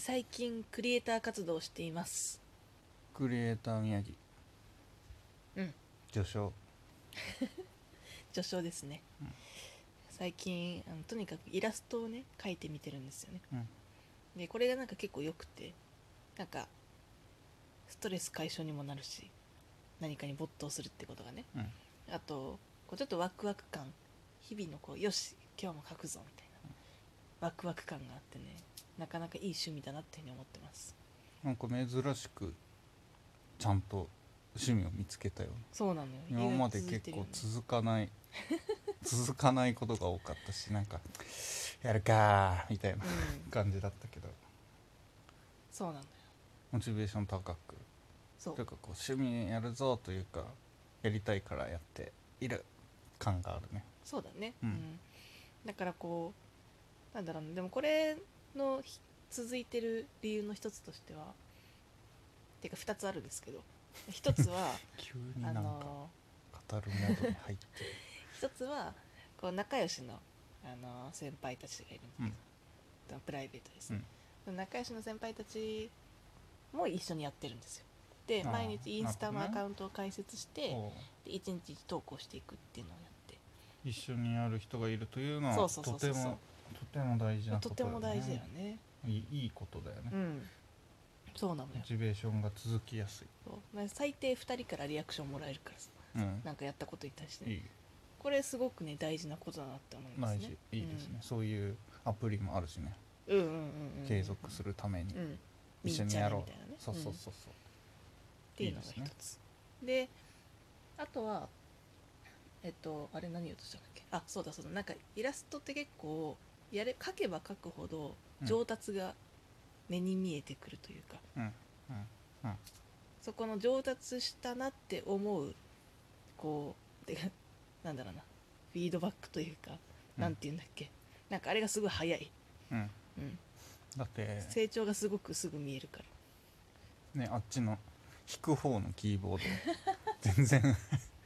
最近クリエイター活動をしています。 クリエイター宮城序章。 序章ですね、最近とにかくイラストをね描いてみてるんですよね、でこれがなんか結構良くて、なんかストレス解消にもなるし、何かに没頭するってことがね、あとこうちょっとワクワク感、日々のこうよし今日も描くぞみたいなワクワク感があってね、なかなかいい趣味だなっていうふうに思ってます。 なんか珍しくちゃんと趣味を見つけたよ。 そうなのよ、 今まで結構続かない続かないことが多かったし、なんかやるかみたいな、感じだったけど、 そうなのよ、 モチベーション高く、 そうというかこう趣味やるぞというか、やりたいからやっている感があるね。 そうだね、だからこうなんだろうね、でもこれの続いてる理由の一つとしては、てか2つあるんですけど、一つは急になんか語るモードに入ってる一つはこう仲良しの、先輩たちがいるんだけど、プライベートですね、仲良しの先輩たちも一緒にやってるんですよ。で毎日インスタのアカウントを開設して、で1日投稿していくっていうのをやって、 一緒にやる人がいるというのはとても大事なことだよね。 とても大事だよね。 いいことだよね、 そうなのよ。 モチベーションが続きやすい。 最低2人からリアクションもらえるからさ、なんかやったことに対して、 いい、 これすごくね大事なことだなって思いますね。 大事、いいですね、そういうアプリもあるしね、継続するために、一緒にやろうみたいなね、そうっていうのが一つで、あとはあれ何言おうとしたんだっけ、そうだ、なんかイラストって結構描けば描くほど上達が目に見えてくるというか、そこの上達したなって思うこうでなんだろうな、フィードバックというか、なんていうんだっけ、なんかあれがすごい早い、 だって成長がすごくすぐ見えるからね、あっちの弾く方のキーボード全然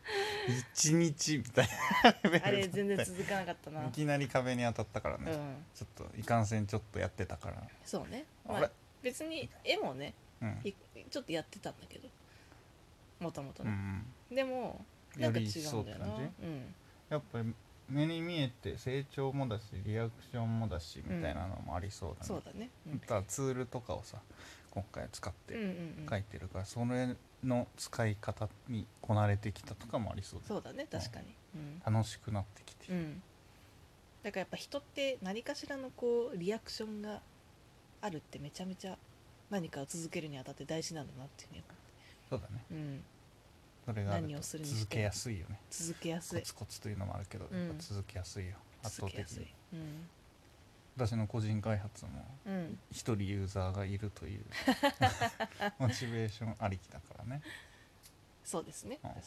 1日みたいなレベルあれ全然続かなかったな。 いきなり壁に当たったからね、ちょっといかんせんちょっとやってたから。 そうね、別に絵もね、ちょっとやってたんだけど、もともとね、でもなんか違うんだよな、 やっぱり目に見えて成長もだしリアクションもだしみたいなのもありそうだね。 そうだね、 だからツールとかをさ今回使って書いてるから、それの使い方にこなれてきたとかもありそうだ。 そうだね、確かに、 楽しくなってきてる、 だからやっぱ人って何かしらのこうリアクションがあるってめちゃめちゃ何かを続けるにあたって大事なんだなっていうふうにそうだね、それがあると続けやすいよね。 続けやすい、 コツコツというのもあるけど、続けやすいよ、圧倒的に。私の個人開発も一人ユーザーがいるというモチベーションありきだからね。 そうですね、確かに、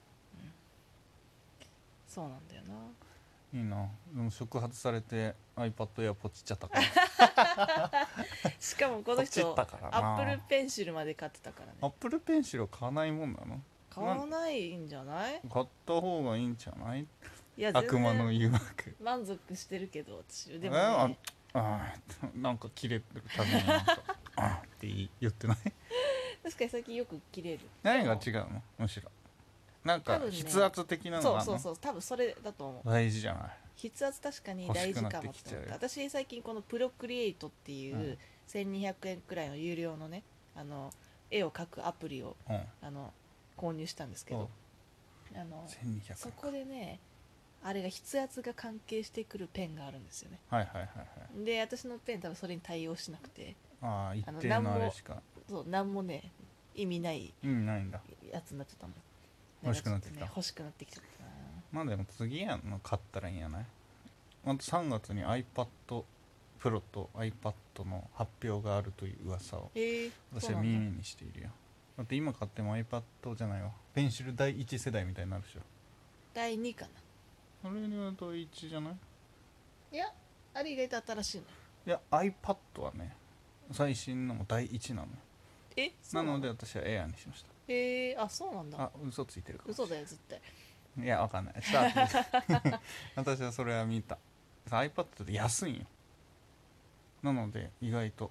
そうなんだよな。 いいな。でも触発されて iPad やポチっちゃったからしかもこの人アップルペンシルまで買ってたからね。 アップルペンシルは買わないもんなの？ 買わないんじゃない？ 買った方がいいんじゃない？ いや悪魔の誘惑。 満足してるけど私でもね、 なんか切れてるためになんかって言ってない？ 確かに最近よく切れる。 何が違うの？むしろなんか筆圧的なのが、 そう多分それだと思う。 大事じゃない？ 筆圧確かに大事かもって思った。私最近このプロクリエイトっていう1200円くらいの有料のね、絵を描くアプリを、購入したんですけど、そこでね、あれが筆圧が関係してくるペンがあるんですよね。で私のペン多分それに対応しなくて、 一定のあれしか何もね意味ないんだやつになっちゃったもん。 欲しくなってきた。 欲しくなってきちゃったな。 まあでも次やの買ったらいいんやない？あと3月に iPad Pro と iPad の発表があるという噂を私は耳にしているよ。だって今買っても iPad じゃないわ、ペンシル第1世代みたいになるでしょ。 第2かな。 あれは第1じゃない？ いやあれ意外と新しいの。 いや iPad はね最新のも第1なの。なので私は Air にしました。 そうなんだ。 嘘ついてるかも。 嘘だよ絶対。 いやわかんない私はそれは見た。 iPad って安いんよ。なので意外と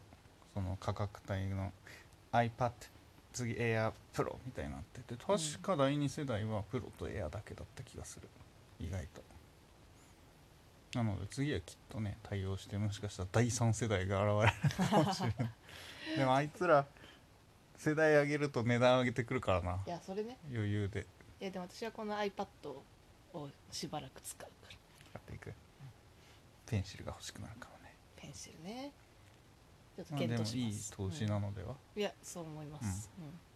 その価格帯の iPad 次 Air Pro みたいになってて、確か第2世代はプロと Air だけだった気がする、意外と。なので次はきっとね対応して、もしかしたら第3世代が現れるかもしれないでもあいつら世代上げると値段上げてくるからな。 いやそれね、 余裕で。 いやでも私はこの iPad をしばらく使うから買っていく、ペンシルが欲しくなるかもね。 ペンシルね、ちょっとまあ、でも検討しいいます。 投資なのでは、 いやそう思います、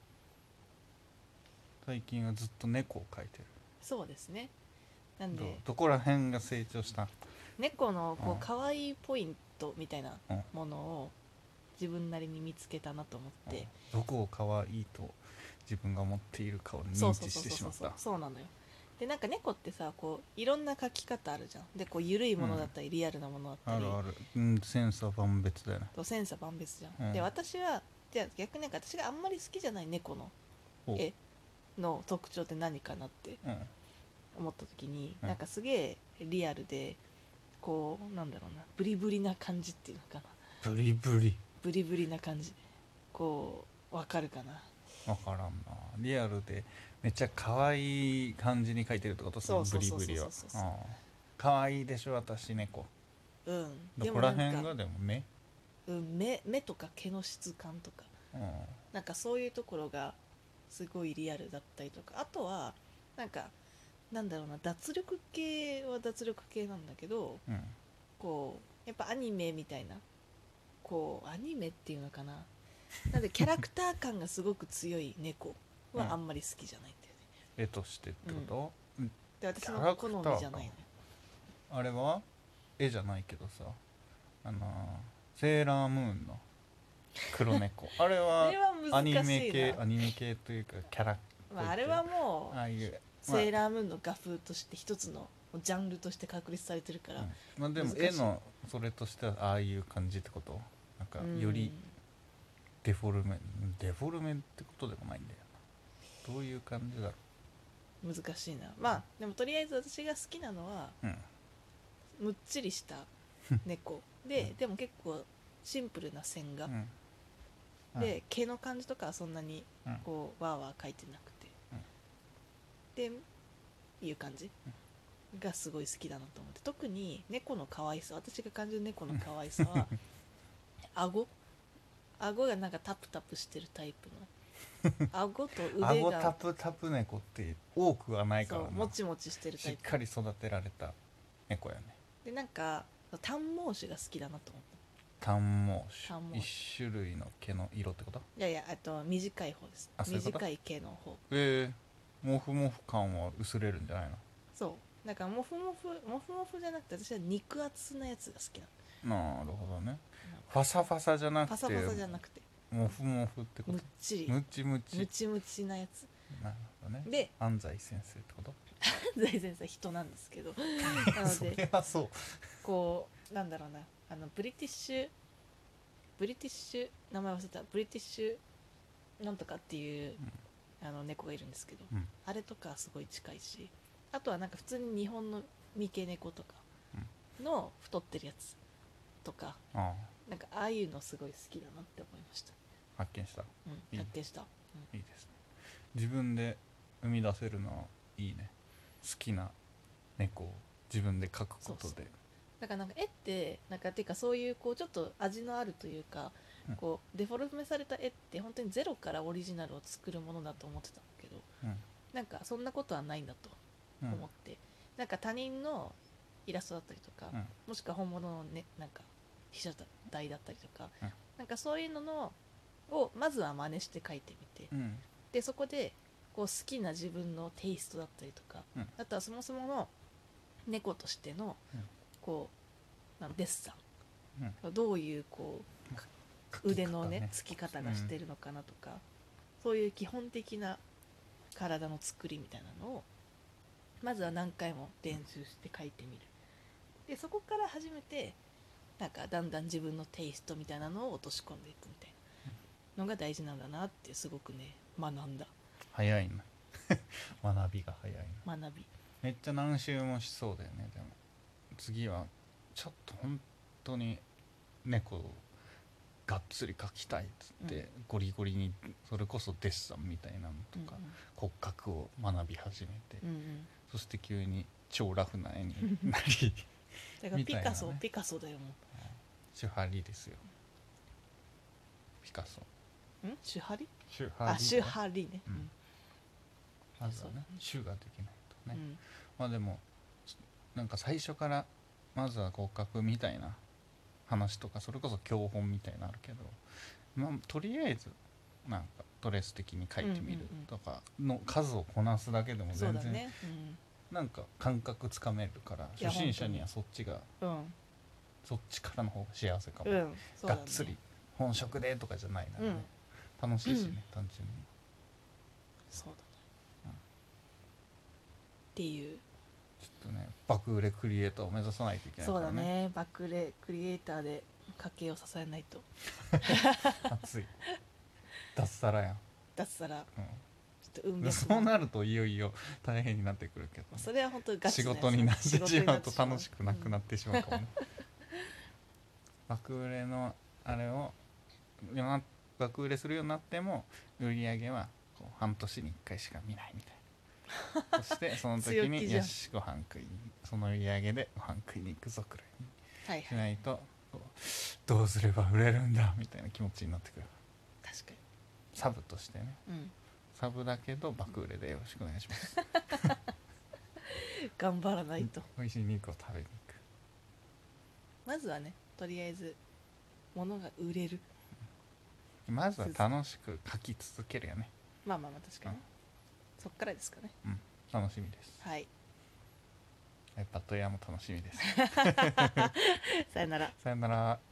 最近はずっと猫を描いてる。 そうですね。なんでどこら辺が成長した？ 猫のこうんう可愛いポイントみたいなものを自分なりに見つけたなと思って、 どこを可愛いと自分が持っているかを認知してしまった。 そうなのよ。でなんか猫ってさこういろんな描き方あるじゃん。でこう緩いものだったり、リアルなものだったり、 あるある、千差万別だよね。 千差万別じゃん、で私はじゃあ逆になんか私があんまり好きじゃない猫の絵の特徴って何かなって思った時に、なんかすげえリアルでこうなんだろうな、ブリブリな感じっていうのかな。 ブリブリブリブリな感じ、こうわかるかな。 分からんな。リアルでめっちゃ可愛い感じに描いてるってこと？そのブリブリは可愛いでしょ私猫。どこら辺がでも目とか毛の質感とか、なんかそういうところがすごいリアルだったりとか、あとはなんかなんだろうな、脱力系は脱力系なんだけど、こうやっぱアニメみたいな、こうアニメっていうのかな、なんでキャラクター感がすごく強い猫はあんまり好きじゃないんだよね。 絵としてってこと？ で私の好みじゃないのよ。 あれは絵じゃないけどさ、セーラームーンの黒猫あれはアニメ系というかキャラ、 あれはもうああいうセーラームーンの画風として一つのジャンルとして確立されてるから、 まあでも絵のそれとしてはああいう感じってこと？なんかよりデフォルメってことでもないんだよな。どういう感じだろう。難しいな。まあでもとりあえず私が好きなのは、むっちりした猫ででも結構シンプルな線画、で毛の感じとかはそんなにこうワーワー描いてなくて、でいう感じがすごい好きだなと思って、特に猫の可愛さ、私が感じる猫の可愛さは顎がなんかタプタプしてるタイプの顎と腕が顎タプタプ猫って多くはないからな。 もちもちしてるタイプ、 しっかり育てられた猫やね。 でなんか短毛種が好きだなと思った。 短毛種、一種類の毛の色ってこと？ いやいや、短い方です。短い毛の方。 モフモフ感は薄れるんじゃないの？ そう、だからモフモフじゃなくて私は肉厚なやつが好きなの。 なるほどね。ファサファサじゃなくて、 ファサファサじゃなくてモフモフってこと？ むっちりムチムチムチムチなやつ。 なるほどね。 で安西先生ってこと？ 安西先生人なんですけどなのそでれはそう。 こうなんだろうな、ブリティッシュ名前忘れた、ブリティッシュなんとかっていう、猫がいるんですけど、あれとかすごい近いし、あとはなんか普通に日本の三毛猫とかの太ってるやつとか、なんかああいうのすごい好きだなって思いました。 発見した。 発見した。 いいですね。自分で生み出せるのはいいね。好きな猫を自分で描くことで。 だからなんか絵ってなんかっていうかそういうこうちょっと味のあるというか、こうデフォルメされた絵って本当にゼロからオリジナルを作るものだと思ってたんだけど、なんかそんなことはないんだと思って、なんか他人のイラストだったりとか、もしくは本物のねなんか被写体だったりとか、なんかそういうのをまずは真似して描いてみて、でそこでこう好きな自分のテイストだったりとか、あとはそもそもの猫としてのこうデッサン、どういうこう腕のねつき方がしてるのかなとか、そういう基本的な体の作りみたいなのをまずは何回も練習して描いてみる。でそこから初めてなんかだんだん自分のテイストみたいなのを落とし込んでいくみたいなのが大事なんだなってすごくね学んだ。 早いな学びが早いな。 学びめっちゃ何周もしそうだよね。でも次はちょっと本当に猫がっつり描きたいっつって、ゴリゴリにそれこそデッサンみたいなのとか、骨格を学び始めて、そして急に超ラフな絵になりだからピカソ、ね、ピカソだよもう。 シュハリですよ。ピカソ。 シュハリ？ シュハリ、ね。 シュハリね。 まずはね、シュができないとね。まあでもなんか最初からまずは骨格みたいな話とか、それこそ教本みたいなのあるけど、まあとりあえずなんかドレス的に描いてみるとかの数をこなすだけでも全然、ね、なんか感覚つかめるから、初心者にはそっちが、そっちからの方が幸せかも、ね、がっつり本職でとかじゃないならね、楽しいしね、単純に。 そうだね、っていうちょっとね、爆売れクリエイターを目指さないといけないからね。 そうだね、爆売れクリエイターで家計を支えないと熱い脱サラやん。 脱サラ、 ちょっと運命そうなるといよいよ大変になってくるけど、ね、 それは本当にガチ仕事になってしまうと楽しくなくなってしまうかもね、爆売れのあれを爆売れするようになっても売り上げはこう半年に1回しか見ないみたいなそしてその時によしご飯食いに、その売り上げでご飯食いに行くぞくらいにしないと、どうすれば売れるんだみたいな気持ちになってくる。 確かにサブとしてね、サブだけど爆売れでよろしくお願いします頑張らないと。 美味しい肉を食べに行く。 まずはね、とりあえず物が売れる。 まずは楽しく描き続けるよね。 まあまあまあ確かに、そっからですかね。 楽しみです。 はい。 iPad Air も楽しみですさよなら。 さよなら。